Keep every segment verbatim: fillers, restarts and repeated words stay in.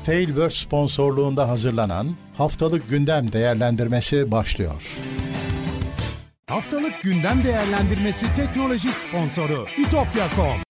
Tailverse sponsorluğunda hazırlanan Haftalık Gündem Değerlendirmesi başlıyor. Haftalık Gündem Değerlendirmesi teknoloji sponsoru itopya nokta com.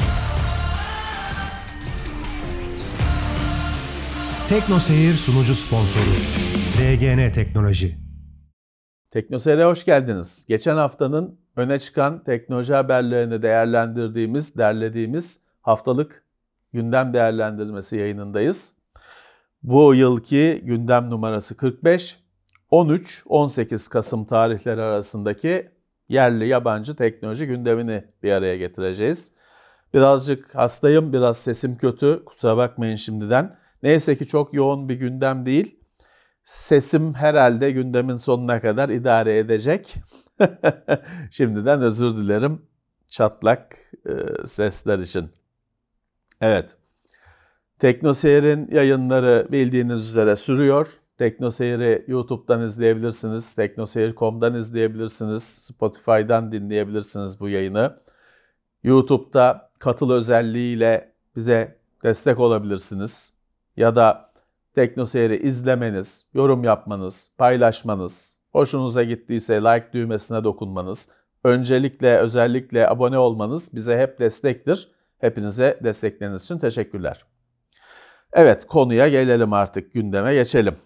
Teknoseyir sunucu sponsoru D G N Teknoloji. Teknoseyir'e hoş geldiniz. Geçen haftanın öne çıkan teknoloji haberlerini değerlendirdiğimiz, derlediğimiz haftalık gündem değerlendirmesi yayınındayız. Bu yılki gündem numarası kırk beş, on üç on sekiz Kasım tarihleri arasındaki yerli yabancı teknoloji gündemini bir araya getireceğiz. Birazcık hastayım, biraz sesim kötü, kusura bakmayın şimdiden. Neyse ki çok yoğun bir gündem değil. Sesim herhalde gündemin sonuna kadar idare edecek. Şimdiden özür dilerim çatlak e, sesler için. Evet, Teknoseyir'in yayınları bildiğiniz üzere sürüyor. Teknoseyir'i YouTube'dan izleyebilirsiniz, teknoseyir nokta com'dan izleyebilirsiniz, Spotify'dan dinleyebilirsiniz bu yayını. YouTube'da katıl özelliğiyle bize destek olabilirsiniz. Ya da Teknoseyir'i izlemeniz, yorum yapmanız, paylaşmanız, hoşunuza gittiyse like düğmesine dokunmanız, öncelikle özellikle abone olmanız bize hep destektir. Hepinize destekleriniz için teşekkürler. Evet, konuya gelelim artık, gündeme geçelim.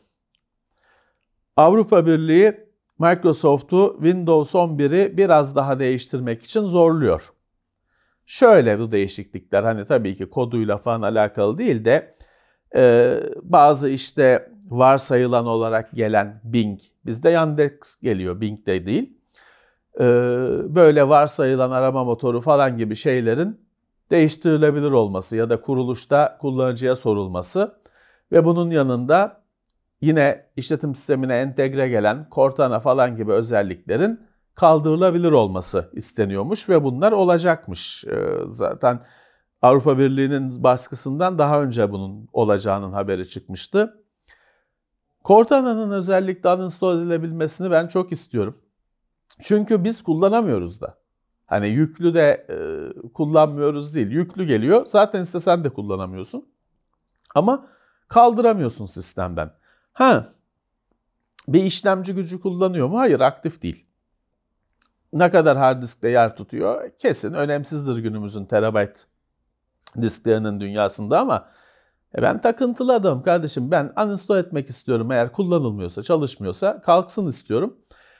Avrupa Birliği Microsoft'u Windows on bir'i biraz daha değiştirmek için zorluyor. Şöyle bu değişiklikler, hani tabii ki koduyla falan alakalı değil de e, bazı işte varsayılan olarak gelen Bing, bizde Yandex geliyor, Bing de değil. E, böyle varsayılan arama motoru falan gibi şeylerin değiştirilebilir olması ya da kuruluşta kullanıcıya sorulması ve bunun yanında yine işletim sistemine entegre gelen Cortana falan gibi özelliklerin kaldırılabilir olması isteniyormuş ve bunlar olacakmış. Zaten Avrupa Birliği'nin baskısından daha önce bunun olacağının haberi çıkmıştı. Cortana'nın özellikle uninstall edilebilmesini ben çok istiyorum. Çünkü biz kullanamıyoruz da. Hani yüklü de e, kullanmıyoruz değil. Yüklü geliyor. Zaten istesen de kullanamıyorsun. Ama kaldıramıyorsun sistemden. Ha, bir işlemci gücü kullanıyor mu? Hayır, aktif değil. Ne kadar hard diskte yer tutuyor? Kesin önemsizdir günümüzün terabayt disklerinin dünyasında ama e ben takıntılı adamım kardeşim. Ben uninstall etmek istiyorum. Eğer kullanılmıyorsa, çalışmıyorsa kalksın istiyorum.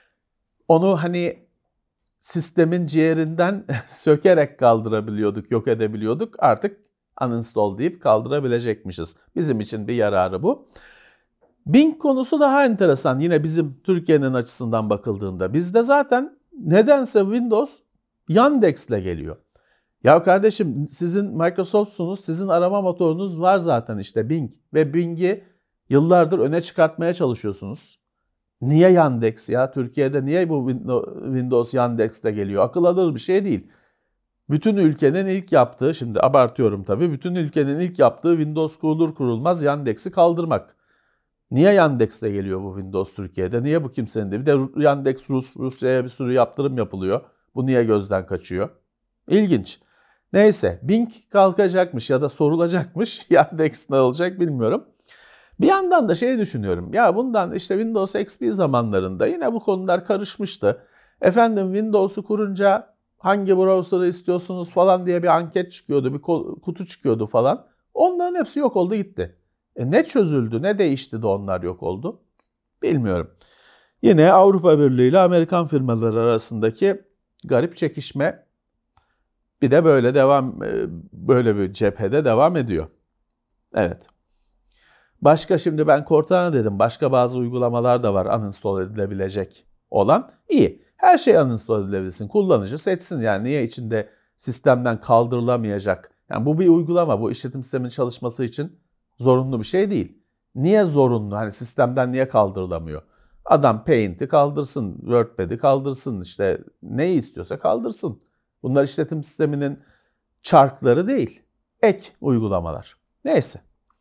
Onu hani sistemin ciğerinden sökerek kaldırabiliyorduk, yok edebiliyorduk. Artık uninstall deyip kaldırabilecekmişiz. Bizim için bir yararı bu. Bing konusu daha enteresan. Yine bizim Türkiye'nin açısından bakıldığında. Bizde zaten nedense Windows Yandex'le geliyor. Ya kardeşim, sizin Microsoft'sunuz, sizin arama motorunuz var zaten işte Bing. Ve Bing'i yıllardır öne çıkartmaya çalışıyorsunuz. Niye Yandex ya? Türkiye'de niye bu Windows Yandex'te geliyor? Akıl alır bir şey değil. Bütün ülkenin ilk yaptığı, şimdi abartıyorum tabii, bütün ülkenin ilk yaptığı Windows kurulur kurulmaz Yandex'i kaldırmak. Niye Yandex'te geliyor bu Windows Türkiye'de? Niye bu kimsenin de? Bir de Yandex Rus, Rusya'ya bir sürü yaptırım yapılıyor. Bu niye gözden kaçıyor? İlginç. Neyse, Bing kalkacakmış ya da sorulacakmış. Yandex ne olacak bilmiyorum. Bir yandan da şey düşünüyorum. Ya bundan işte Windows X P zamanlarında yine bu konular karışmıştı. Efendim Windows'u kurunca hangi browser'ı istiyorsunuz falan diye bir anket çıkıyordu, bir kutu çıkıyordu falan. Onların hepsi yok oldu gitti. E ne çözüldü, ne değişti de onlar yok oldu? Bilmiyorum. Yine Avrupa Birliği ile Amerikan firmaları arasındaki garip çekişme bir de böyle devam, böyle bir cephede devam ediyor. Evet. Başka, şimdi ben Cortana dedim. Başka bazı uygulamalar da var uninstall edilebilecek olan. İyi. Her şey uninstall edilebilsin. Kullanıcı seçsin. Yani niye içinde sistemden kaldırılamayacak? Yani bu bir uygulama. Bu işletim sisteminin çalışması için zorunlu bir şey değil. Niye zorunlu? Hani sistemden niye kaldırılamıyor? Adam Paint'i kaldırsın, WordPad'i kaldırsın, işte neyi istiyorsa kaldırsın. Bunlar işletim sisteminin çarkları değil. Ek uygulamalar. Neyse.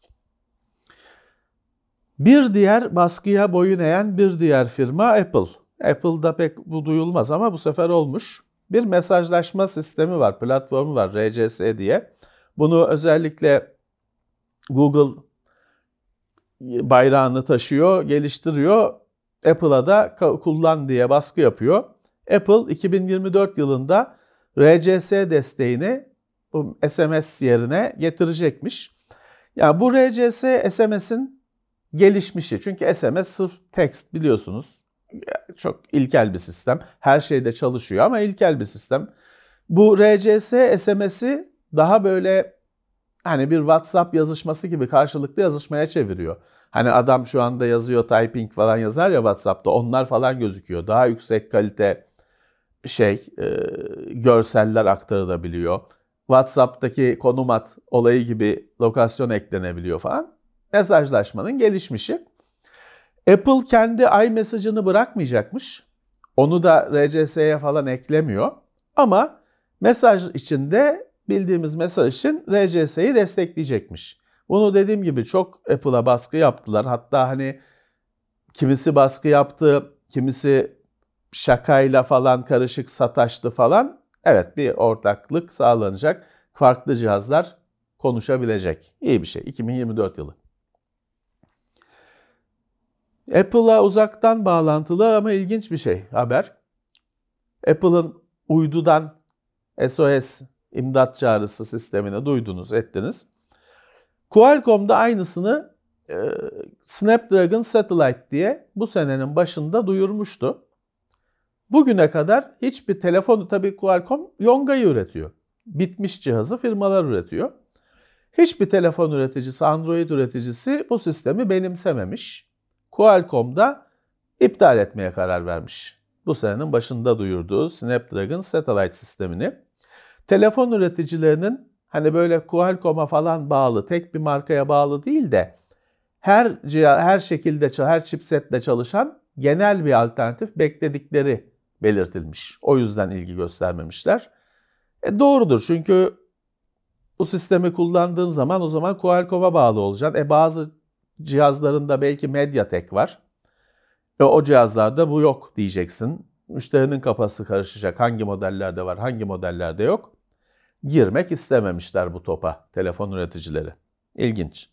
Bir diğer baskıya boyun eğen bir diğer firma Apple. Apple'da pek bu duyulmaz ama bu sefer olmuş. Bir mesajlaşma sistemi var, platformu var, R C S diye. Bunu özellikle Google bayrağını taşıyor, geliştiriyor. Apple'a da kullan diye baskı yapıyor. Apple iki bin yirmi dört yılında R C S desteğini bu S M S yerine getirecekmiş. Yani bu R C S S M S'in gelişmişi. Çünkü S M S sırf text biliyorsunuz. Çok ilkel bir sistem. Her şeyde çalışıyor ama ilkel bir sistem. Bu R C S S M S'i daha böyle hani bir WhatsApp yazışması gibi karşılıklı yazışmaya çeviriyor. Hani adam şu anda yazıyor, typing falan yazar ya WhatsApp'ta, onlar falan gözüküyor. Daha yüksek kalite şey e, görseller aktarılabiliyor. WhatsApp'taki konum at olayı gibi lokasyon eklenebiliyor falan. Mesajlaşmanın gelişmişi. Apple kendi iMessage'ını bırakmayacakmış. Onu da R C S'ye falan eklemiyor. Ama mesaj içinde bildiğimiz mesaj için R C S'yi destekleyecekmiş. Bunu dediğim gibi çok Apple'a baskı yaptılar. Hatta hani kimisi baskı yaptı, kimisi şakayla falan karışık sataştı falan. Evet, bir ortaklık sağlanacak. Farklı cihazlar konuşabilecek. İyi bir şey. iki bin yirmi dört yılı. Apple'a uzaktan bağlantılı ama ilginç bir şey haber. Apple'ın uydudan S O S imdat çağrısı sistemini duydunuz, ettiniz. Qualcomm'da aynısını e, Snapdragon Satellite diye bu senenin başında duyurmuştu. Bugüne kadar hiçbir telefonu, tabii Qualcomm Yonga'yı üretiyor. Bitmiş cihazı firmalar üretiyor. Hiçbir telefon üreticisi, Android üreticisi bu sistemi benimsememiş. Qualcomm da iptal etmeye karar vermiş. Bu senenin başında duyurduğu Snapdragon Satellite sistemini. Telefon üreticilerinin hani böyle Qualcomm'a falan bağlı, tek bir markaya bağlı değil de her her şekilde, her chipsetle çalışan genel bir alternatif bekledikleri belirtilmiş. O yüzden ilgi göstermemişler. E doğrudur, çünkü bu sistemi kullandığın zaman o zaman Qualcomm'a bağlı olacaksın. E bazı cihazlarında belki MediaTek var. E o cihazlarda bu yok diyeceksin. Müşterinin kafası karışacak. Hangi modellerde var, hangi modellerde yok. Girmek istememişler bu topa telefon üreticileri. İlginç.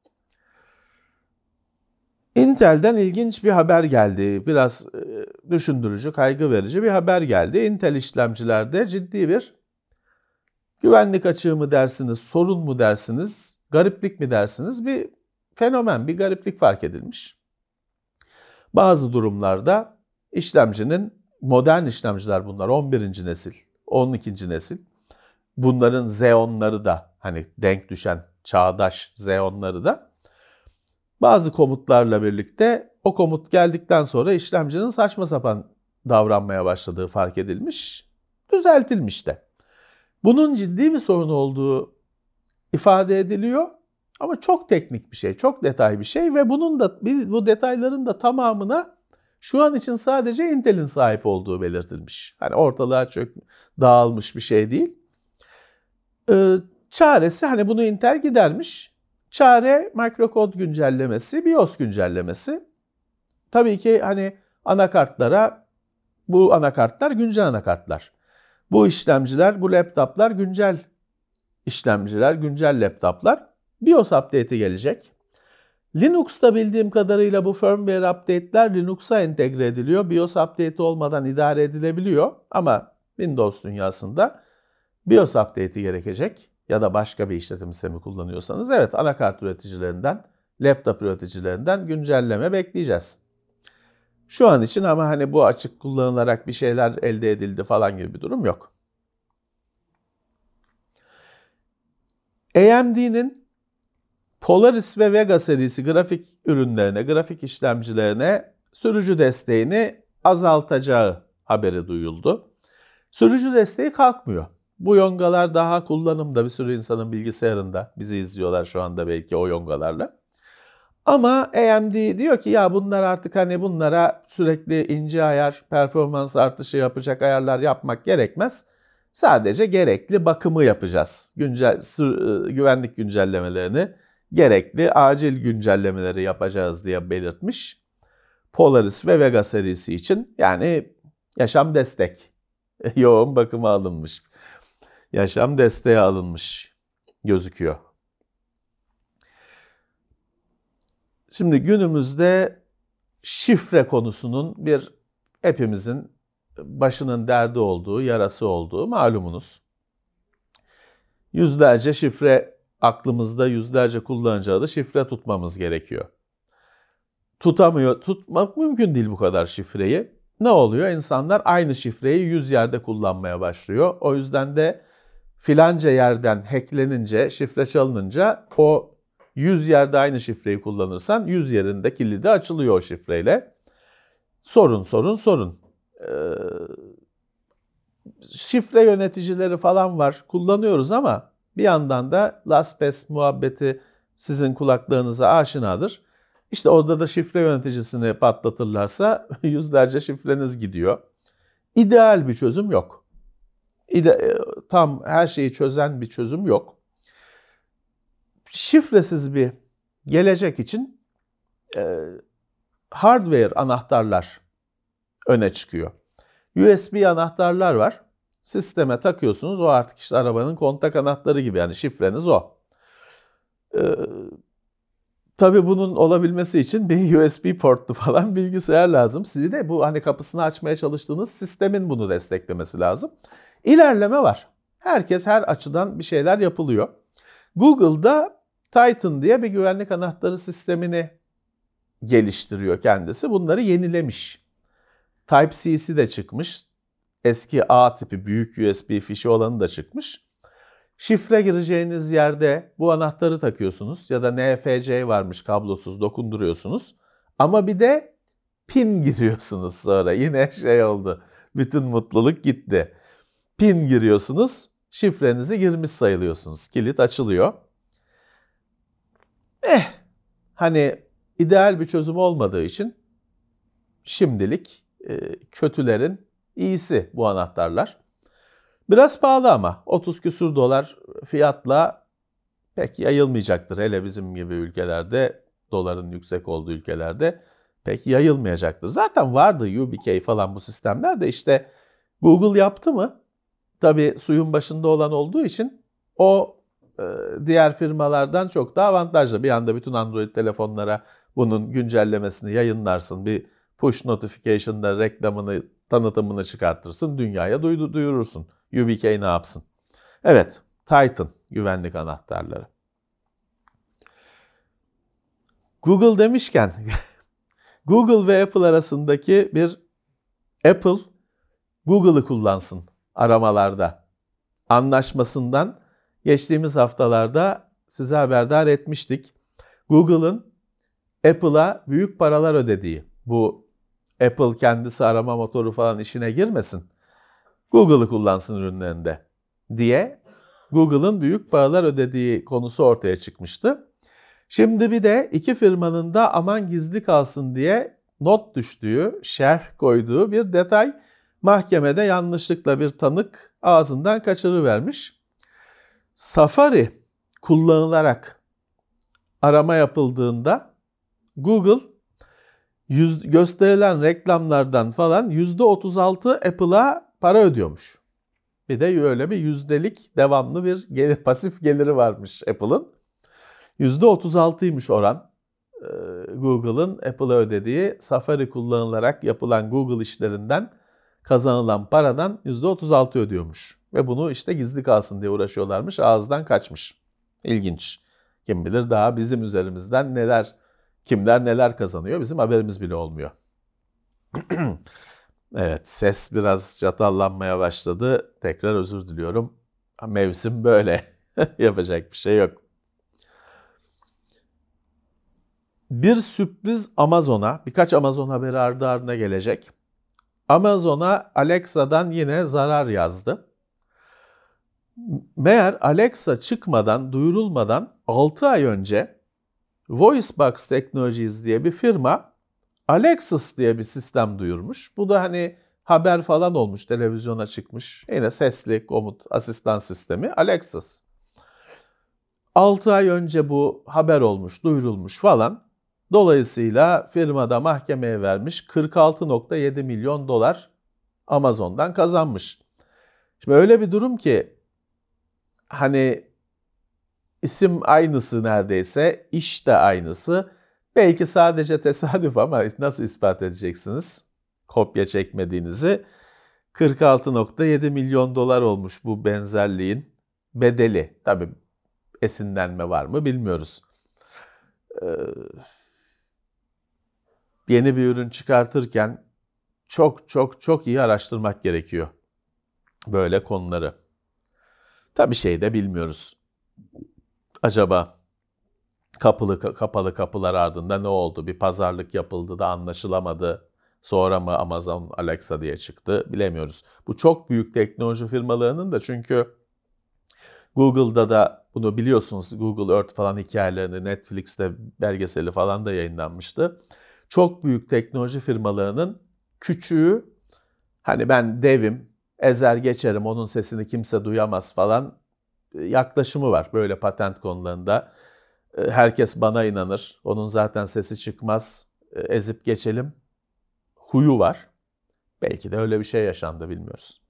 Intel'den ilginç bir haber geldi. Biraz düşündürücü, kaygı verici bir haber geldi. Intel işlemcilerde ciddi bir güvenlik açığı mı dersiniz, sorun mu dersiniz, gariplik mi dersiniz, bir fenomen, bir gariplik fark edilmiş. Bazı durumlarda işlemcinin, modern işlemciler bunlar, on birinci nesil, on ikinci nesil, bunların Xeon'ları da, hani denk düşen çağdaş Xeon'ları da bazı komutlarla birlikte o komut geldikten sonra işlemcinin saçma sapan davranmaya başladığı fark edilmiş, düzeltilmiş de. Bunun ciddi bir sorun olduğu ifade ediliyor ama çok teknik bir şey, çok detay bir şey ve bunun da bu detayların da tamamına şu an için sadece Intel'in sahip olduğu belirtilmiş. Hani ortalığa çök dağılmış bir şey değil. Ee, çaresi, hani bunu Intel gidermiş. Çare mikrokod güncellemesi, BIOS güncellemesi. Tabii ki hani anakartlara, bu anakartlar güncel anakartlar. Bu işlemciler, bu laptoplar güncel işlemciler, güncel laptoplar. BIOS update'i gelecek. Linux'ta bildiğim kadarıyla bu firmware update'ler Linux'a entegre ediliyor. BIOS update'i olmadan idare edilebiliyor. Ama Windows dünyasında BIOS update'i gerekecek. Ya da başka bir işletim sistemi kullanıyorsanız, evet, anakart üreticilerinden, laptop üreticilerinden güncelleme bekleyeceğiz. Şu an için ama hani bu açık kullanılarak bir şeyler elde edildi falan gibi bir durum yok. A M D'nin Polaris ve Vega serisi grafik ürünlerine, grafik işlemcilerine sürücü desteğini azaltacağı haberi duyuldu. Sürücü desteği kalkmıyor. Bu yongalar daha kullanımda, bir sürü insanın bilgisayarında, bizi izliyorlar şu anda belki o yongalarla. Ama A M D diyor ki ya bunlar artık hani bunlara sürekli ince ayar, performans artışı yapacak ayarlar yapmak gerekmez. Sadece gerekli bakımı yapacağız. Güncel, güvenlik güncellemelerini, gerekli acil güncellemeleri yapacağız diye belirtmiş. Polaris ve Vega serisi için, yani yaşam destek, yoğun bakıma alınmış. Yaşam desteği alınmış gözüküyor. Şimdi günümüzde şifre konusunun bir hepimizin başının derdi olduğu, yarası olduğu malumunuz. Yüzlerce şifre aklımızda, yüzlerce kullanıcı adı şifre tutmamız gerekiyor. Tutamıyor, tutmak mümkün değil bu kadar şifreyi. Ne oluyor? İnsanlar aynı şifreyi yüz yerde kullanmaya başlıyor. O yüzden de filanca yerden hacklenince, şifre çalınınca o yüz yerde aynı şifreyi kullanırsan yüz yerinde kilidi açılıyor o şifreyle. Sorun, sorun, sorun. Ee, şifre yöneticileri falan var, kullanıyoruz ama bir yandan da LastPass muhabbeti sizin kulaklarınıza aşinadır. İşte orada da şifre yöneticisini patlatırlarsa yüzlerce şifreniz gidiyor. İdeal bir çözüm yok. İde, tam her şeyi çözen bir çözüm yok. Şifresiz bir gelecek için e, hardware anahtarlar öne çıkıyor. U S B anahtarlar var. Sisteme takıyorsunuz. O artık işte arabanın kontak anahtarı gibi, yani şifreniz o. Ee, tabii bunun olabilmesi için bir U S B portlu falan bilgisayar lazım. Siz de bu hani kapısını açmaya çalıştığınız sistemin bunu desteklemesi lazım. İlerleme var. Herkes her açıdan bir şeyler yapılıyor. Google'da Titan diye bir güvenlik anahtarı sistemini geliştiriyor kendisi. Bunları yenilemiş. Type-C'si de çıkmış. Eski A tipi büyük U S B fişi olanı da çıkmış. Şifre gireceğiniz yerde bu anahtarı takıyorsunuz ya da N F C varmış, kablosuz dokunduruyorsunuz. Ama bir de pin giriyorsunuz sonra. Yine şey oldu. Bütün mutluluk gitti. Pin giriyorsunuz, şifrenizi girmiş sayılıyorsunuz. Kilit açılıyor. Eh, hani ideal bir çözüm olmadığı için şimdilik e, kötülerin iyisi bu anahtarlar. Biraz pahalı ama otuz küsur dolar fiyatla pek yayılmayacaktır. Hele bizim gibi ülkelerde, doların yüksek olduğu ülkelerde pek yayılmayacaktır. Zaten vardı U B K falan bu sistemler de, işte Google yaptı mı? Tabii suyun başında olan olduğu için o e, diğer firmalardan çok daha avantajlı. Bir anda bütün Android telefonlara bunun güncellemesini yayınlarsın. Bir push notification'da reklamını, tanıtımını çıkartırsın. Dünyaya duydu, duyurursun. U B K ne yapsın? Evet, Titan güvenlik anahtarları. Google demişken, Google ve Apple arasındaki bir Apple Google'ı kullansın aramalarda anlaşmasından geçtiğimiz haftalarda size haberdar etmiştik. Google'ın Apple'a büyük paralar ödediği, bu Apple kendisi arama motoru falan işine girmesin, Google'ı kullansın ürünlerinde diye Google'ın büyük paralar ödediği konusu ortaya çıkmıştı. Şimdi bir de iki firmanın da aman gizli kalsın diye not düştüğü, şerh koyduğu bir detay mahkemede yanlışlıkla bir tanık ağzından kaçırıvermiş. Safari kullanılarak arama yapıldığında Google yüz, gösterilen reklamlardan falan yüzde otuz altı Apple'a para ödüyormuş. Bir de öyle bir yüzdelik devamlı bir gelir, pasif geliri varmış Apple'ın. yüzde otuz altıymış oran. Google'ın Apple'a ödediği Safari kullanılarak yapılan Google işlerinden kazanılan paradan yüzde otuz altı ödüyormuş. Ve bunu işte gizli kalsın diye uğraşıyorlarmış. Ağızdan kaçmış. İlginç. Kim bilir daha bizim üzerimizden neler, kimler neler kazanıyor, bizim haberimiz bile olmuyor. Evet, ses biraz çatallanmaya başladı. Tekrar özür diliyorum. Mevsim böyle. Yapacak bir şey yok. Bir sürpriz Amazon'a, birkaç Amazon haberi ardı ardına gelecek. Amazon'a Alexa'dan yine zarar yazdı. Meğer Alexa çıkmadan, duyurulmadan altı ay önce VoiceBox Technologies diye bir firma Alexis diye bir sistem duyurmuş. Bu da hani haber falan olmuş, televizyona çıkmış. Yine sesli komut asistan sistemi Alexis. altı ay önce bu haber olmuş, duyurulmuş falan. Dolayısıyla firmada mahkemeye vermiş, kırk altı nokta yedi milyon dolar Amazon'dan kazanmış. Şimdi öyle bir durum ki hani isim aynısı neredeyse, iş de aynısı. Belki sadece tesadüf ama nasıl ispat edeceksiniz kopya çekmediğinizi? kırk altı nokta yedi milyon dolar olmuş bu benzerliğin bedeli. Tabii esinlenme var mı bilmiyoruz. Ee, yeni bir ürün çıkartırken çok çok çok iyi araştırmak gerekiyor böyle konuları. Tabii şey de bilmiyoruz. Acaba kapılı kapalı kapılar ardında ne oldu? Bir pazarlık yapıldı da anlaşılamadı. Sonra mı Amazon Alexa diye çıktı? Bilemiyoruz. Bu çok büyük teknoloji firmalarının da, çünkü Google'da da bunu biliyorsunuz, Google Earth falan hikayelerini, Netflix'te belgeseli falan da yayınlanmıştı. Çok büyük teknoloji firmalarının küçüğü, hani ben devim, ezer geçerim, onun sesini kimse duyamaz falan yaklaşımı var böyle patent konularında. Herkes bana inanır, onun zaten sesi çıkmaz, ezip geçelim huyu var. Belki de öyle bir şey yaşandı, bilmiyoruz.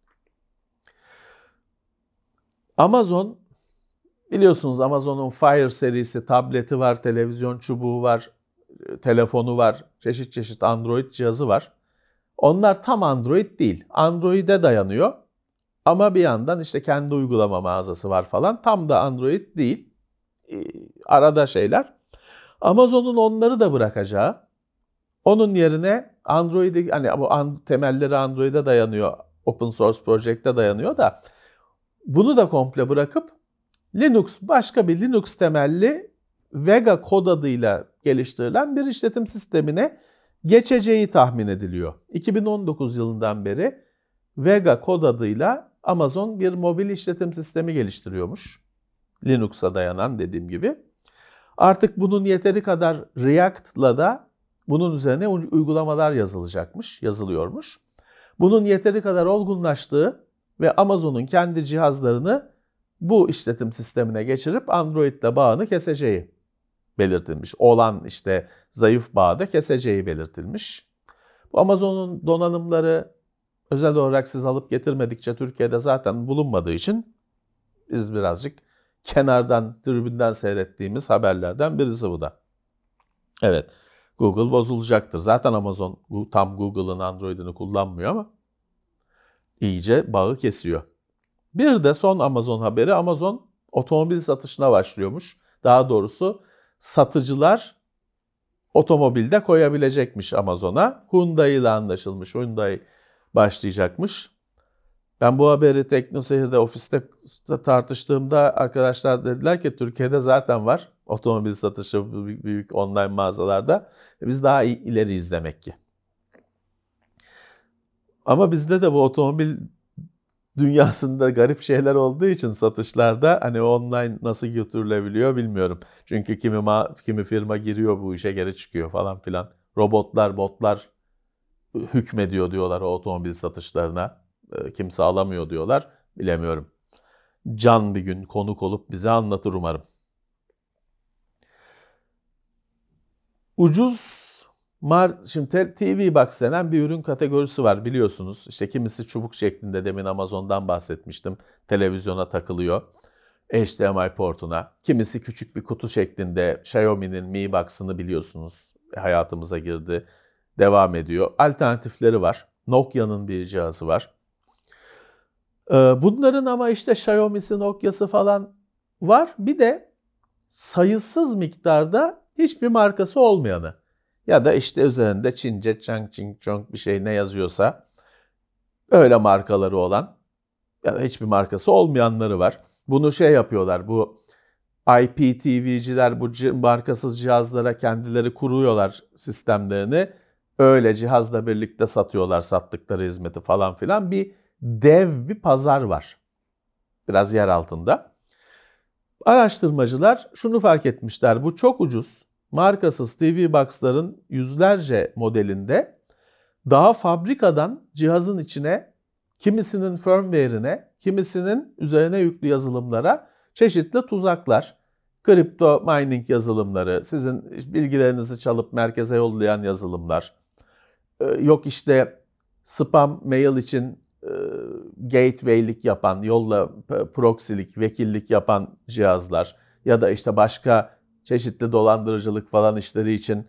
Amazon, biliyorsunuz Amazon'un Fire serisi tableti var, televizyon çubuğu var, telefonu var, çeşit çeşit Android cihazı var. Onlar tam Android değil. Android'e dayanıyor ama bir yandan işte kendi uygulama mağazası var falan. Tam da Android değil. Arada şeyler. Amazon'un onları da bırakacağı, onun yerine Android'i, hani bu an, temelleri Android'e dayanıyor, open source project'e dayanıyor da bunu da komple bırakıp Linux, başka bir Linux temelli Vega kod adıyla geliştirilen bir işletim sistemine geçeceği tahmin ediliyor. iki bin on dokuz yılından beri Vega kod adıyla Amazon bir mobil işletim sistemi geliştiriyormuş. Linux'a dayanan, dediğim gibi. Artık bunun yeteri kadar React'la da bunun üzerine uygulamalar yazılacakmış, yazılıyormuş. Bunun yeteri kadar olgunlaştığı ve Amazon'un kendi cihazlarını bu işletim sistemine geçirip Android'le bağını keseceği belirtilmiş. Olan işte zayıf bağı da keseceği belirtilmiş. Bu Amazon'un donanımları özel olarak siz alıp getirmedikçe Türkiye'de zaten bulunmadığı için biz birazcık kenardan, tribünden seyrettiğimiz haberlerden birisi bu da. Evet, Google bozulacaktır. Zaten Amazon tam Google'ın Android'ini kullanmıyor ama iyice bağı kesiyor. Bir de son Amazon haberi, Amazon otomobil satışına başlıyormuş. Daha doğrusu satıcılar otomobilde koyabilecekmiş Amazon'a. Hyundai ile anlaşılmış. Hyundai başlayacakmış. Ben bu haberi TeknoSeyir'de ofiste tartıştığımda arkadaşlar dediler ki Türkiye'de zaten var otomobil satışı büyük, büyük online mağazalarda. Biz daha ileriyiz demek ki. Ama bizde de bu otomobil dünyasında garip şeyler olduğu için satışlarda hani online nasıl götürülebiliyor bilmiyorum. Çünkü kimi ma- kimi firma giriyor bu işe, geri çıkıyor falan filan. Robotlar, botlar hükmediyor diyorlar o otomobil satışlarına. E, kimse alamıyor diyorlar. Bilemiyorum. Can bir gün konuk olup bize anlatır umarım. Ucuz Mar Şimdi T V Box denen bir ürün kategorisi var biliyorsunuz. İşte kimisi çubuk şeklinde, demin Amazon'dan bahsetmiştim. Televizyona takılıyor. H D M I portuna. Kimisi küçük bir kutu şeklinde, Xiaomi'nin Mi Box'ını biliyorsunuz. Hayatımıza girdi. Devam ediyor. Alternatifleri var. Nokia'nın bir cihazı var. Bunların ama işte Xiaomi'si, Nokia'sı falan var. Bir de sayısız miktarda hiçbir markası olmayanı. Ya da işte üzerinde Çince, Chang Ching Chong bir şey ne yazıyorsa öyle markaları olan ya da hiçbir markası olmayanları var. Bunu şey yapıyorlar, bu I P T V'ciler bu markasız cihazlara kendileri kuruyorlar sistemlerini. Öyle cihazla birlikte satıyorlar sattıkları hizmeti falan filan. Bir dev bir pazar var. Biraz yer altında. Araştırmacılar şunu fark etmişler. Bu çok ucuz. Markasız T V Box'ların yüzlerce modelinde daha fabrikadan cihazın içine, kimisinin firmware'ine, kimisinin üzerine yüklü yazılımlara çeşitli tuzaklar, kripto mining yazılımları, sizin bilgilerinizi çalıp merkeze yollayan yazılımlar, yok işte spam mail için gateway'lik yapan, yolla proxy'lik, vekillik yapan cihazlar ya da işte başka çeşitli dolandırıcılık falan işleri için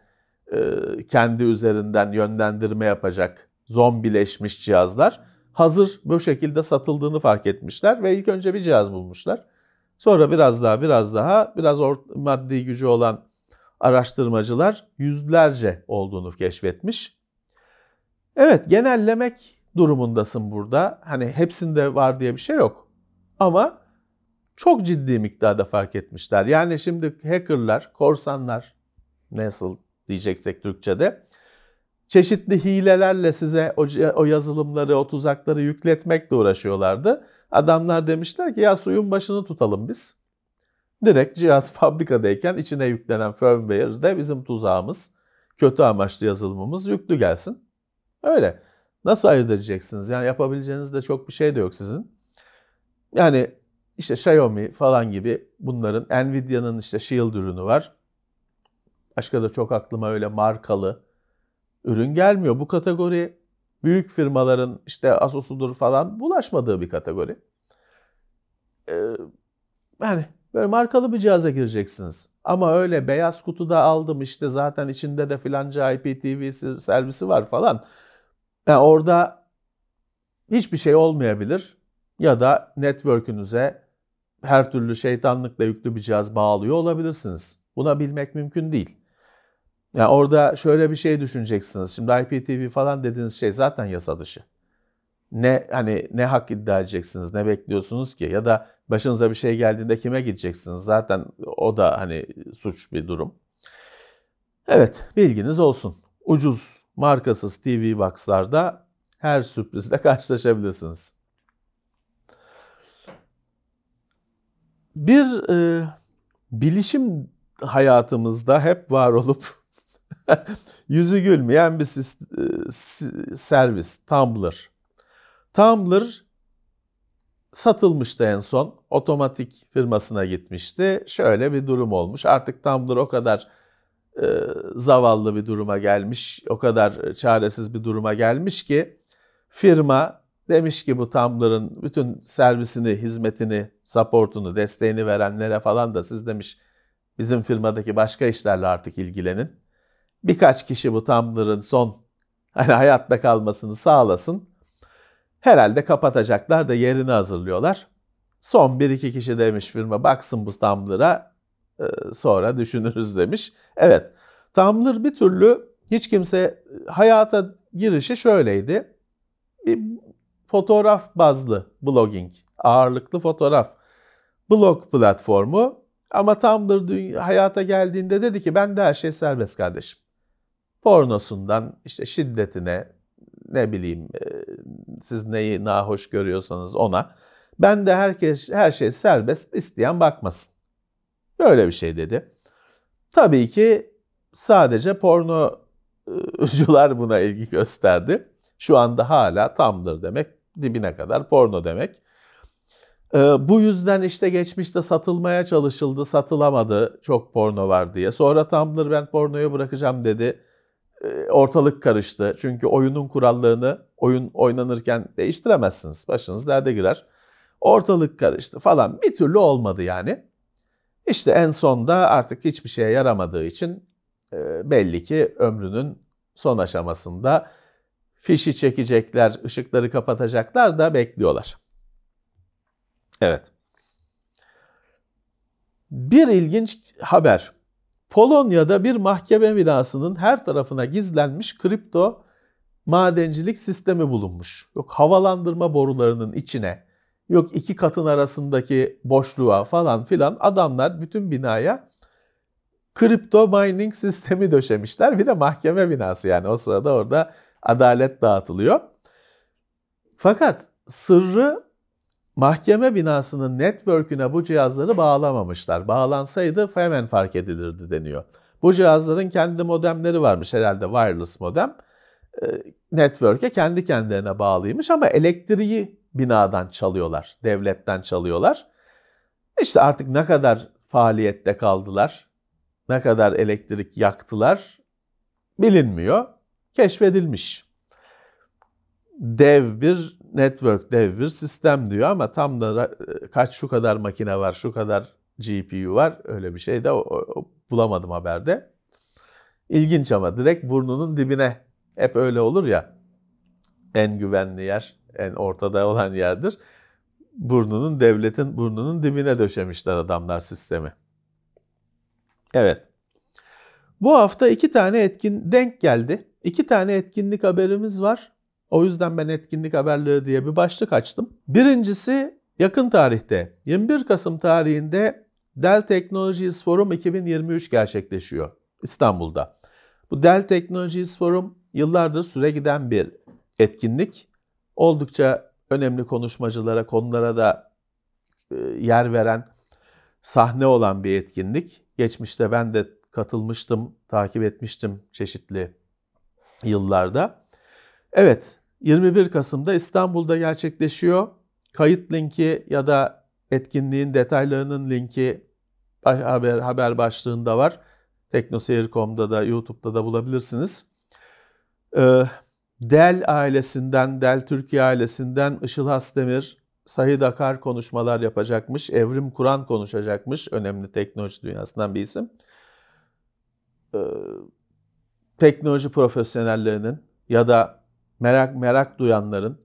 kendi üzerinden yönlendirme yapacak zombileşmiş cihazlar hazır bu şekilde satıldığını fark etmişler ve ilk önce bir cihaz bulmuşlar. Sonra biraz daha biraz daha biraz maddi gücü olan araştırmacılar yüzlerce olduğunu keşfetmiş. Evet, genellemek durumundasın burada. Hani hepsinde var diye bir şey yok. Ama çok ciddi miktarda fark etmişler. Yani şimdi hackerlar, korsanlar nasıl diyeceksek Türkçe'de çeşitli hilelerle size o, o yazılımları, o tuzakları yükletmekle uğraşıyorlardı. Adamlar demişler ki ya suyun başını tutalım biz. Direkt cihaz fabrikadayken içine yüklenen firmware'de bizim tuzağımız, kötü amaçlı yazılımımız yüklü gelsin. Öyle. Nasıl ayırt edeceksiniz? Yani yapabileceğiniz de çok bir şey de yok sizin. Yani işte Xiaomi falan gibi bunların, Nvidia'nın işte Shield ürünü var. Başka da çok aklıma öyle markalı ürün gelmiyor. Bu kategori büyük firmaların işte Asus'udur falan bulaşmadığı bir kategori. Ee, yani böyle markalı bir cihaza gireceksiniz. Ama öyle beyaz kutuda aldım işte zaten içinde de filanca I P T V servisi var falan. Yani orada hiçbir şey olmayabilir. Ya da network'ünüze her türlü şeytanlıkla yüklü bir cihaz bağlıyor olabilirsiniz. Buna bilmek mümkün değil. Yani orada şöyle bir şey düşüneceksiniz. Şimdi I P T V falan dediğiniz şey zaten yasa dışı. Ne hani ne hak iddia edeceksiniz, ne bekliyorsunuz ki? Ya da başınıza bir şey geldiğinde kime gideceksiniz? Zaten o da hani suç bir durum. Evet, bilginiz olsun. Ucuz, markasız T V box'larda her sürprizle karşılaşabilirsiniz. Bir e, bilişim hayatımızda hep var olup yüzü gülmeyen bir servis, Tumblr. Tumblr satılmıştı en son. Otomatik firmasına gitmişti. Şöyle bir durum olmuş. Artık Tumblr o kadar e, zavallı bir duruma gelmiş, o kadar çaresiz bir duruma gelmiş ki firma demiş ki bu Tumblr'ın bütün servisini, hizmetini, supportunu, desteğini verenlere falan da siz demiş bizim firmadaki başka işlerle artık ilgilenin. Birkaç kişi bu Tumblr'ın son hani hayatta kalmasını sağlasın. Herhalde kapatacaklar da yerini hazırlıyorlar. Son bir iki kişi demiş firma baksın bu Tumblr'a sonra düşünürüz demiş. Evet, Tumblr bir türlü hiç kimse hayata girişi şöyleydi. Bir fotoğraf bazlı blogging, ağırlıklı fotoğraf blog platformu. Ama Tumblr hayata geldiğinde dedi ki ben de her şey serbest kardeşim. Pornosundan işte şiddetine, ne bileyim siz neyi nahoş görüyorsanız ona. Ben de herkes her şey serbest, isteyen bakmasın. Böyle bir şey dedi. Tabii ki sadece pornocular buna ilgi gösterdi. Şu anda hala Tumblr demek dibine kadar porno demek. Bu yüzden işte geçmişte satılmaya çalışıldı, satılamadı, çok porno var diye. Sonra Tumblr ben pornoyu bırakacağım dedi. Ortalık karıştı. Çünkü oyunun kurallarını oyun oynanırken değiştiremezsiniz. Başınız derde girer. Ortalık karıştı falan. Bir türlü olmadı yani. İşte en sonda artık hiçbir şeye yaramadığı için belli ki ömrünün son aşamasında fişi çekecekler, ışıkları kapatacaklar da bekliyorlar. Evet. Bir ilginç haber. Polonya'da bir mahkeme binasının her tarafına gizlenmiş kripto madencilik sistemi bulunmuş. Yok havalandırma borularının içine, yok iki katın arasındaki boşluğa falan filan adamlar bütün binaya kripto mining sistemi döşemişler. Bir de mahkeme binası yani o sırada orada adalet dağıtılıyor. Fakat sırrı mahkeme binasının network'üne bu cihazları bağlamamışlar. Bağlansaydı hemen fark edilirdi deniyor. Bu cihazların kendi modemleri varmış herhalde wireless modem. Network'e kendi kendilerine bağlıymış ama elektriği binadan çalıyorlar, devletten çalıyorlar. İşte artık ne kadar faaliyette kaldılar, ne kadar elektrik yaktılar bilinmiyor. Keşfedilmiş. Dev bir network, dev bir sistem diyor ama tam da kaç şu kadar makine var, şu kadar G P U var öyle bir şey de o, o, bulamadım haberde. İlginç ama direkt burnunun dibine. Hep öyle olur ya. En güvenli yer, en ortada olan yerdir. Burnunun, devletin burnunun dibine döşemişler adamlar sistemi. Evet. Bu hafta iki tane etkin denk geldi. İki tane etkinlik haberimiz var. O yüzden ben etkinlik haberleri diye bir başlık açtım. Birincisi yakın tarihte, yirmi bir Kasım tarihinde Dell Technologies Forum iki bin yirmi üç gerçekleşiyor İstanbul'da. Bu Dell Technologies Forum yıllardır süre giden bir etkinlik. Oldukça önemli konuşmacılara, konulara da yer veren, sahne olan bir etkinlik. Geçmişte ben de katılmıştım, takip etmiştim çeşitli yıllarda. Evet, yirmi bir Kasım'da İstanbul'da gerçekleşiyor. Kayıt linki ya da etkinliğin detaylarının linki haber, haber başlığında var. teknoseyir nokta com'da da YouTube'da da bulabilirsiniz. Ee, Dell ailesinden, Dell Türkiye ailesinden Işıl Hasdemir, Sahid Akar konuşmalar yapacakmış. Evrim Kur'an konuşacakmış. Önemli teknoloji dünyasından bir isim. Ee, teknoloji profesyonellerinin ya da merak merak duyanların,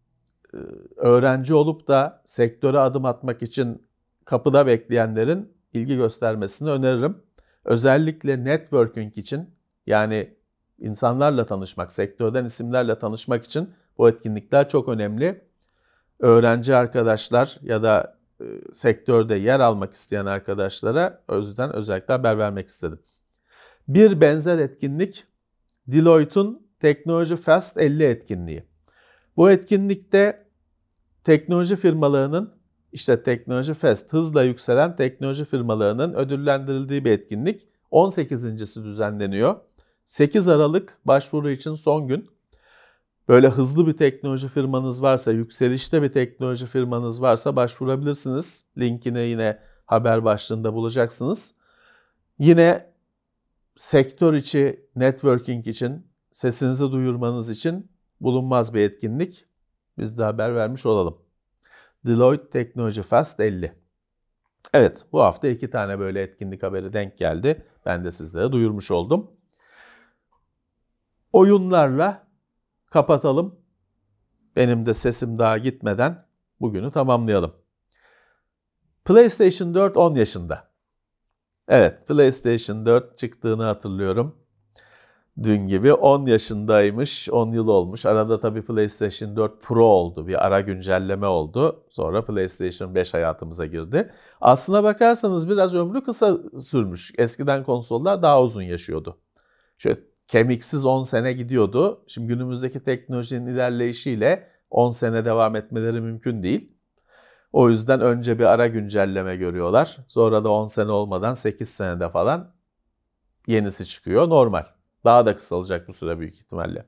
öğrenci olup da sektöre adım atmak için kapıda bekleyenlerin ilgi göstermesini öneririm. Özellikle networking için, yani insanlarla tanışmak, sektörden isimlerle tanışmak için bu etkinlikler çok önemli. Öğrenci arkadaşlar ya da e, sektörde yer almak isteyen arkadaşlara o yüzden özellikle haber vermek istedim. Bir benzer etkinlik Deloitte'un Teknoloji Fest elli etkinliği. Bu etkinlikte teknoloji firmalarının, işte Teknoloji Fest, hızla yükselen teknoloji firmalarının ödüllendirildiği bir etkinlik. on sekizincisi düzenleniyor. sekiz Aralık başvuru için son gün. Böyle hızlı bir teknoloji firmanız varsa, yükselişte bir teknoloji firmanız varsa başvurabilirsiniz. Linkini yine haber başlığında bulacaksınız. Yine sektör içi networking için, sesinizi duyurmanız için bulunmaz bir etkinlik. Biz de haber vermiş olalım. Deloitte Teknoloji Fest elli. Evet, bu hafta iki tane böyle etkinlik haberi denk geldi. Ben de sizlere duyurmuş oldum. Oyunlarla kapatalım. Benim de sesim daha gitmeden bugünü tamamlayalım. PlayStation dört on yaşında. Evet, PlayStation dört çıktığını hatırlıyorum. Dün gibi on yaşındaymış, on yıl olmuş. Arada tabii PlayStation dört Pro oldu, bir ara güncelleme oldu. Sonra PlayStation beş hayatımıza girdi. Aslına bakarsanız biraz ömrü kısa sürmüş. Eskiden konsollar daha uzun yaşıyordu. Şöyle kemiksiz on sene gidiyordu. Şimdi günümüzdeki teknolojinin ilerleyişiyle on sene devam etmeleri mümkün değil. O yüzden önce bir ara güncelleme görüyorlar. Sonra da on sene olmadan sekiz senede falan yenisi çıkıyor. Normal. Daha da kısalacak bu süre büyük ihtimalle.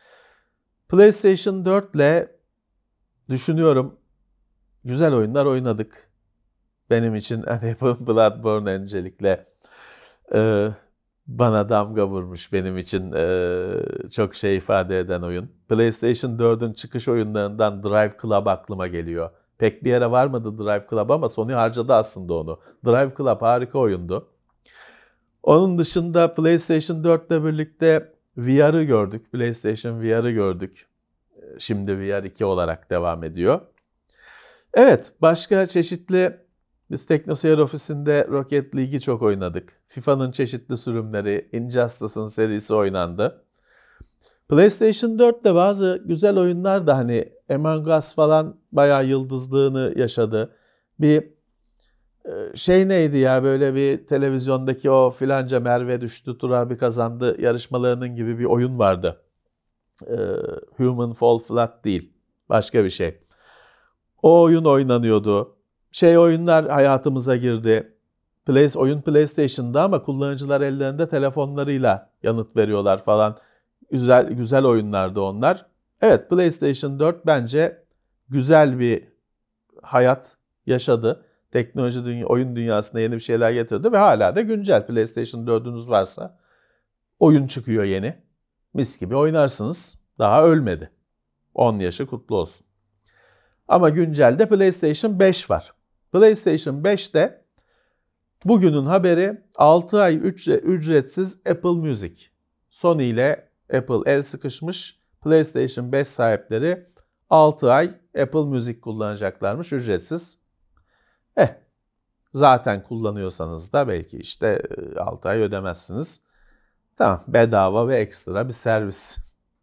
PlayStation dört ile düşünüyorum güzel oyunlar oynadık. Benim için hani Bloodborne öncelikle e, bana damga vurmuş, benim için e, çok şey ifade eden oyun. PlayStation dördün çıkış oyunlarından Drive Club aklıma geliyor. Pek bir yere varmadı Drive Club ama Sony harcadı aslında onu. Drive Club harika oyundu. Onun dışında PlayStation dört ile birlikte V R'ı gördük. PlayStation V R'ı gördük. Şimdi V R iki olarak devam ediyor. Evet, başka çeşitli, biz TeknoSeyir ofisinde Rocket League'i çok oynadık. FIFA'nın çeşitli sürümleri, Injustice'ın serisi oynandı. PlayStation dörtte bazı güzel oyunlar da hani Among Us falan bayağı yıldızlığını yaşadı. Bir şey neydi ya, böyle bir televizyondaki o filanca Merve düştü, Turabi kazandı yarışmalarının gibi bir oyun vardı. Ee, Human Fall Flat değil, başka bir şey. O oyun oynanıyordu. Şey oyunlar hayatımıza girdi. Play, oyun PlayStation'da ama kullanıcılar ellerinde telefonlarıyla yanıt veriyorlar falan. Güzel güzel oyunlardı onlar. Evet, PlayStation dört bence güzel bir hayat yaşadı. Teknoloji dünya, oyun dünyasına yeni bir şeyler getirdi ve hala da güncel. PlayStation dördünüz varsa oyun çıkıyor yeni. Mis gibi oynarsınız. Daha ölmedi. on yaşı kutlu olsun. Ama güncelde PlayStation beş var. PlayStation beşte Bugünün haberi altı ay ücretsiz Apple Music. Sony ile Apple el sıkışmış. PlayStation beş sahipleri altı ay Apple Music kullanacaklarmış ücretsiz. Eh, zaten kullanıyorsanız da belki işte altı ay ödemezsiniz. Tamam, bedava ve ekstra bir servis.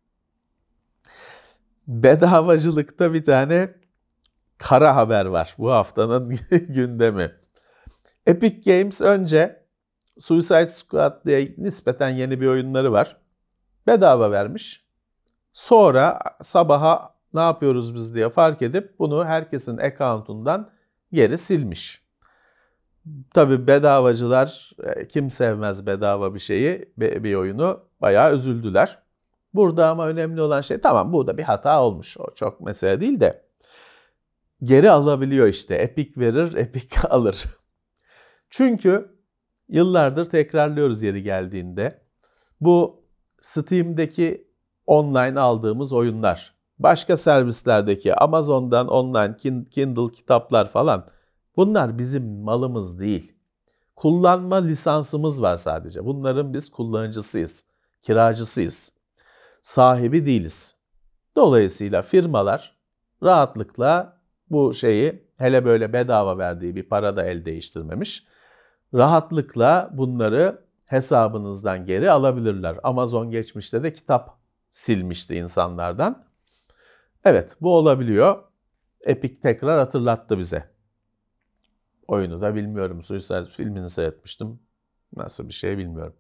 Bedavacılıkta bir tane kara haber var bu haftanın gündemi. Epic Games önce Suicide Squad diye nispeten yeni bir oyunları var. Bedava vermiş. Sonra sabaha ne yapıyoruz biz diye fark edip bunu herkesin account'undan geri silmiş. Tabii bedavacılar, kim sevmez bedava bir şeyi, bir oyunu, bayağı üzüldüler. Burada ama önemli olan şey, tamam burada bir hata olmuş, o çok mesele değil de geri alabiliyor işte. Epic verir, Epic alır. Çünkü yıllardır tekrarlıyoruz yeri geldiğinde. Bu Steam'deki online aldığımız oyunlar, başka servislerdeki Amazon'dan online Kindle kitaplar falan, bunlar bizim malımız değil. Kullanma lisansımız var sadece. Bunların biz kullanıcısıyız, kiracısıyız. Sahibi değiliz. Dolayısıyla firmalar rahatlıkla bu şeyi, hele böyle bedava verdiği bir para da el değiştirmemiş, rahatlıkla bunları hesabınızdan geri alabilirler. Amazon geçmişte de kitap silmişti insanlardan. Evet, bu olabiliyor. Epic tekrar hatırlattı bize. Oyunu da bilmiyorum. Suicide filmini seyretmiştim. Nasıl bir şey bilmiyorum.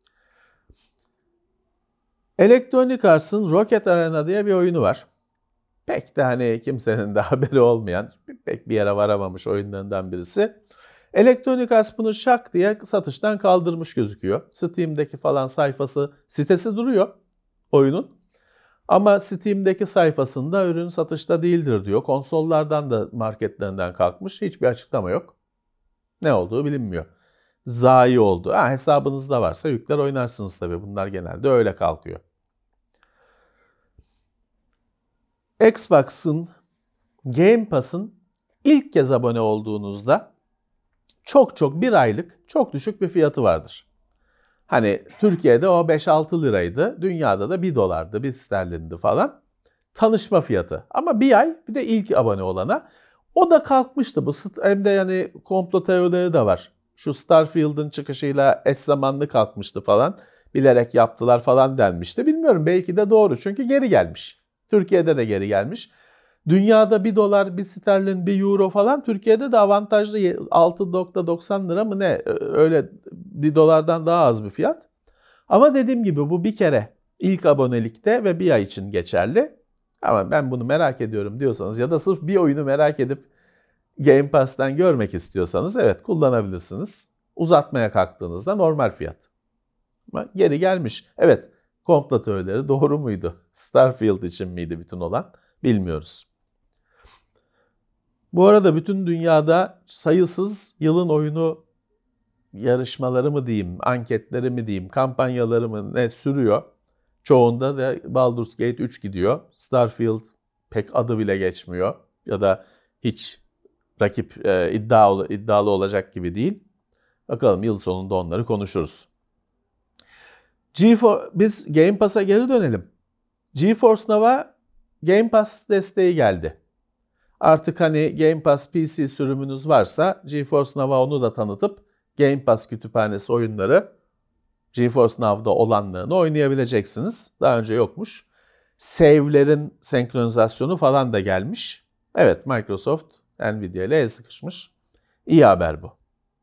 Electronic Arts'ın Rocket Arena diye bir oyunu var. Pek de hani kimsenin de haberi olmayan, pek bir yere varamamış oyunlarından birisi. Electronic Arts bunu şak diye satıştan kaldırmış gözüküyor. Steam'deki falan sayfası, sitesi duruyor oyunun. Ama Steam'deki sayfasında ürün satışta değildir diyor. Konsollardan da marketlerinden kalkmış. Hiçbir açıklama yok. Ne olduğu bilinmiyor. Zayi oldu. Ha, hesabınızda varsa yükler oynarsınız tabii. Bunlar genelde öyle kalkıyor. Xbox'ın, Game Pass'ın ilk kez abone olduğunuzda çok çok bir aylık çok düşük bir fiyatı vardır. Hani Türkiye'de o beş altı liraydı, dünyada da bir dolardı, bir sterlindi falan. Tanışma fiyatı. Ama bir ay bir de ilk abone olana. O da kalkmıştı. Bu hem de yani komplo teorileri de var. Şu Starfield'ın çıkışıyla eş zamanlı kalkmıştı falan. Bilerek yaptılar falan denmişti. Bilmiyorum, belki de doğru çünkü geri gelmiş. Türkiye'de de geri gelmiş. Dünyada bir dolar, bir sterlin, bir euro falan, Türkiye'de de avantajlı altı nokta doksan lira mı ne? Öyle bir dolardan daha az bir fiyat. Ama dediğim gibi bu bir kere ilk abonelikte ve bir ay için geçerli. Ama ben bunu merak ediyorum diyorsanız ya da sırf bir oyunu merak edip Game Pass'tan görmek istiyorsanız evet kullanabilirsiniz. Uzatmaya kalktığınızda normal fiyat. Ama geri gelmiş. Evet, komplo teorileri doğru muydu? Starfield için miydi bütün olan? Bilmiyoruz. Bu arada bütün dünyada sayısız yılın oyunu yarışmaları mı diyeyim, anketleri mi diyeyim, kampanyaları mı ne sürüyor. Çoğunda da Baldur's Gate üç gidiyor. Starfield pek adı bile geçmiyor. Ya da hiç rakip e, iddialı, iddialı olacak gibi değil. Bakalım yıl sonunda onları konuşuruz. GeForce, biz Game Pass'a geri dönelim. GeForce Now Game Pass desteği geldi. Artık hani Game Pass P C sürümünüz varsa GeForce Now'a onu da tanıtıp Game Pass kütüphanesi oyunları GeForce Now'da olanlarını oynayabileceksiniz. Daha önce yokmuş. Save'lerin senkronizasyonu falan da gelmiş. Evet, Microsoft Nvidia ile el sıkışmış. İyi haber bu.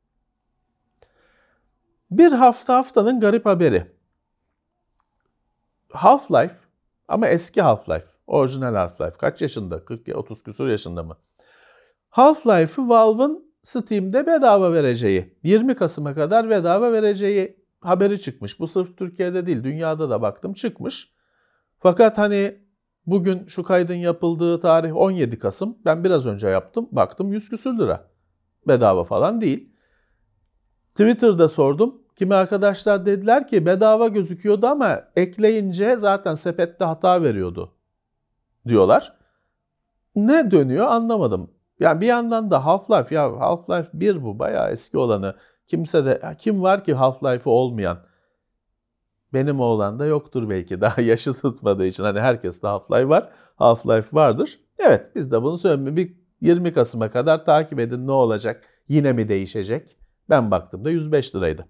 Bir hafta haftanın garip haberi. Half-Life, ama eski Half-Life. Orijinal Half-Life. Kaç yaşında? kırk otuz küsur yaşında mı? Half-Life'ı Valve'ın Steam'de bedava vereceği, yirmi Kasım'a kadar bedava vereceği haberi çıkmış. Bu sırf Türkiye'de değil, dünyada da baktım çıkmış. Fakat hani bugün şu kaydın yapıldığı tarih on yedi Kasım. Ben biraz önce yaptım. Baktım yüz küsür lira. Bedava falan değil. Twitter'da sordum. Kimi arkadaşlar dediler ki bedava gözüküyordu ama ekleyince zaten sepette hata veriyordu diyorlar. Ne dönüyor anlamadım. Yani bir yandan da Half-Life, ya Half-Life bir bu bayağı eski olanı Kimse de, kim var ki Half-Life'ı olmayan? Benim oğlan da yoktur belki, daha yaşı tutmadığı için. Hani herkeste Half-Life var, Half-Life vardır. Evet, biz de bunu söylemiyoruz. Bir yirmi Kasım'a kadar takip edin, ne olacak? Yine mi değişecek? Ben baktığımda yüz beş liraydı.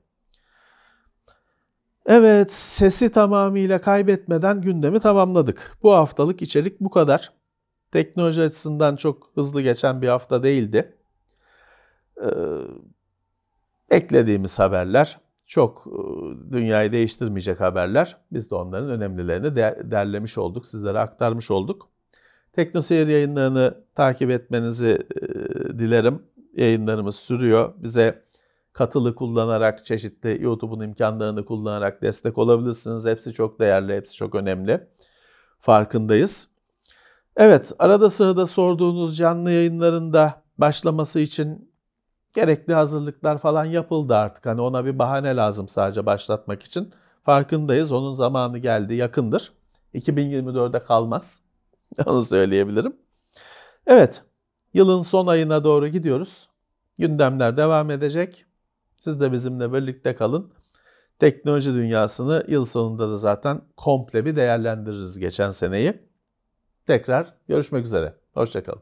Evet, sesi tamamıyla kaybetmeden gündemi tamamladık. Bu haftalık içerik bu kadar. Teknoloji açısından çok hızlı geçen bir hafta değildi. Ee, beklediğimiz haberler, çok dünyayı değiştirmeyecek haberler. Biz de onların önemlilerini derlemiş olduk, sizlere aktarmış olduk. TeknoSeyir yayınlarını takip etmenizi e, dilerim. Yayınlarımız sürüyor. Bize katılı kullanarak, çeşitli YouTube'un imkanlarını kullanarak destek olabilirsiniz. Hepsi çok değerli, hepsi çok önemli. Farkındayız. Evet, arada sırada sorduğunuz canlı yayınlarında başlaması için gerekli hazırlıklar falan yapıldı artık. Hani ona bir bahane lazım sadece başlatmak için. Farkındayız, onun zamanı geldi, yakındır. iki bin yirmi dörde kalmaz, onu söyleyebilirim. Evet, yılın son ayına doğru gidiyoruz. Gündemler devam edecek. Siz de bizimle birlikte kalın. Teknoloji dünyasını yıl sonunda da zaten komple bir değerlendiririz geçen seneyi. Tekrar görüşmek üzere. Hoşça kalın.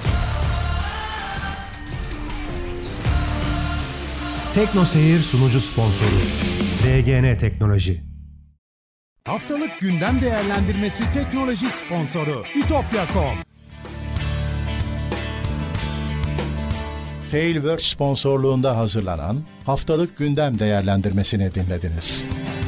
TeknoSeyir sunucu sponsoru D G N Teknoloji. Haftalık gündem değerlendirmesi teknoloji sponsoru itopya nokta com. Tailwords sponsorluğunda hazırlanan haftalık gündem değerlendirmesini dinlediniz.